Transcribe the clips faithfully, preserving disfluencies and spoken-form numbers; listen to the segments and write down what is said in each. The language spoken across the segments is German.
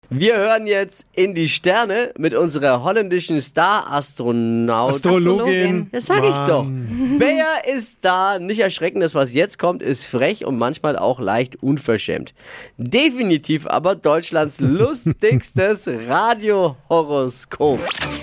Wir hören jetzt in die Sterne mit unserer holländischen Star-Astronaut. Astrologin. Das sag ich doch. Bea ist da. Nicht erschrecken, das was jetzt kommt, ist frech und manchmal auch leicht unverschämt. Definitiv aber Deutschlands lustigstes Radiohoroskop.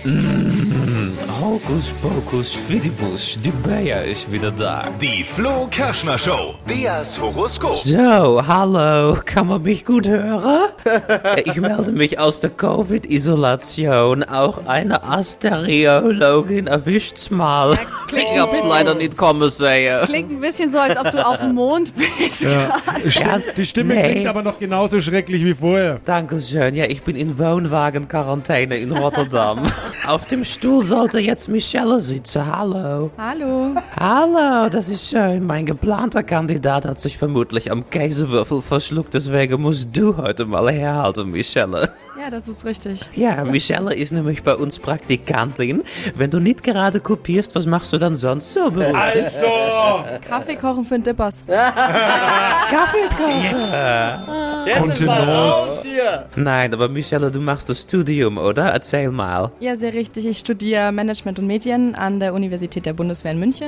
Hokus Pokus Fidibus, die Bea ist wieder da. Die Flo Kerschner Show. Beas Horoskop. So, hallo, kann man mich gut hören? Ich melde mich aus der Covid-Isolation. Auch eine Asteriologin erwischt's mal. klingt Ich hab's ein bisschen- leider nicht kommen sehen. Klingt ein bisschen so, als ob du auf dem Mond bist. Ja. Stimme, die Stimme Nee. klingt aber noch genauso schrecklich wie vorher. Dankeschön. Ja, ich bin in Wohnwagen-Quarantäne in Rotterdam. Auf dem Stuhl sollte jetzt Michelle sitzen. Hallo. Hallo. Hallo, das ist schön. Mein geplanter Kandidat hat sich vermutlich am Käsewürfel verschluckt. Deswegen musst du heute mal herhalten, Michelle. Ja, das ist richtig. Ja, Michelle ist nämlich bei uns Praktikantin. Wenn du nicht gerade kopierst, was machst du dann sonst so beruflich? Also! Kaffee kochen für den Dippers. Kaffee kochen. Jetzt ist mal Kontenance. raus hier. Nein, aber Michelle, du machst das Studium, oder? Erzähl mal. Ja, sehr richtig. Ich studiere Management und Medien an der Universität der Bundeswehr in München.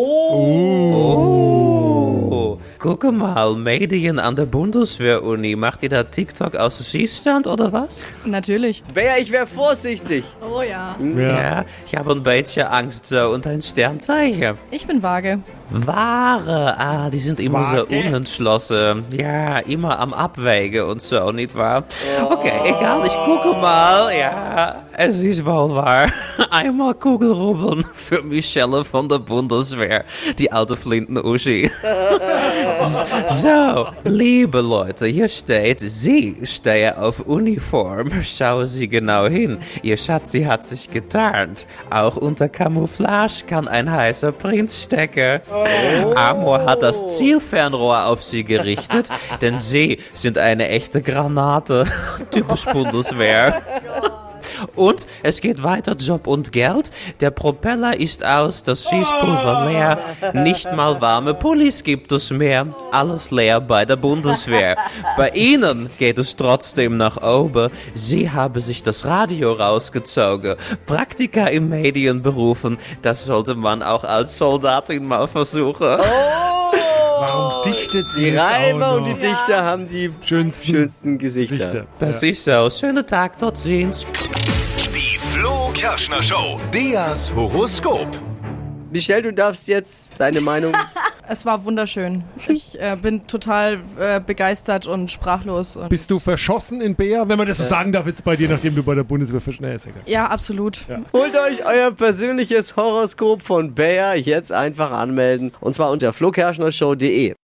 Oh, guck mal, Medien an der Bundeswehr-Uni. Macht ihr da TikTok aus Schießstand oder was? Natürlich. Bea, ich wäre vorsichtig. Oh ja. Ja, ich habe ein bisschen Angst so und ein Sternzeichen. Ich bin vage. Ware, ah, die sind immer so Wage? unentschlossen. Ja, immer am Abwägen und so, nicht wahr? Okay, egal, ich gucke mal. Ja, es ist wohl wahr. Einmal Kugelrubbeln für Michelle von der Bundeswehr, die alte Flinten-Uschi. So, liebe Leute, hier steht, Sie stehen auf Uniform. Schauen Sie genau hin. Ihr Schatzi hat sich getarnt. Auch unter Camouflage kann ein heißer Prinz stecken. Amor hat das Zielfernrohr auf Sie gerichtet, denn Sie sind eine echte Granate. Typisch Bundeswehr. Und es geht weiter, Job und Geld. Der Propeller ist aus, das Schießpulver leer. Nicht mal warme Pullis gibt es mehr. Alles leer bei der Bundeswehr. Bei Ihnen geht es trotzdem nach oben. Sie haben sich das Radio rausgezogen. Praktika im Medienberufen, das sollte man auch als Soldatin mal versuchen. Warum dichtet sie Die jetzt auch Reime noch? und die Dichter haben die Schönsten schönsten Gesichter. Gesichter. Das ist so. Schönen Tag, dort sehen's. Die Flo Kerschner Show. Beas Horoskop. Michelle, du darfst jetzt deine Meinung. Es war wunderschön. Ich äh, bin total äh, begeistert und sprachlos. Und Bist du verschossen in Bea, wenn man das so sagen darf jetzt bei dir, nachdem du bei der Bundeswehr verschossen hast? ja, absolut. Holt euch euer persönliches Horoskop von Bea jetzt einfach anmelden. Und zwar unter flokerschnershow punkt de.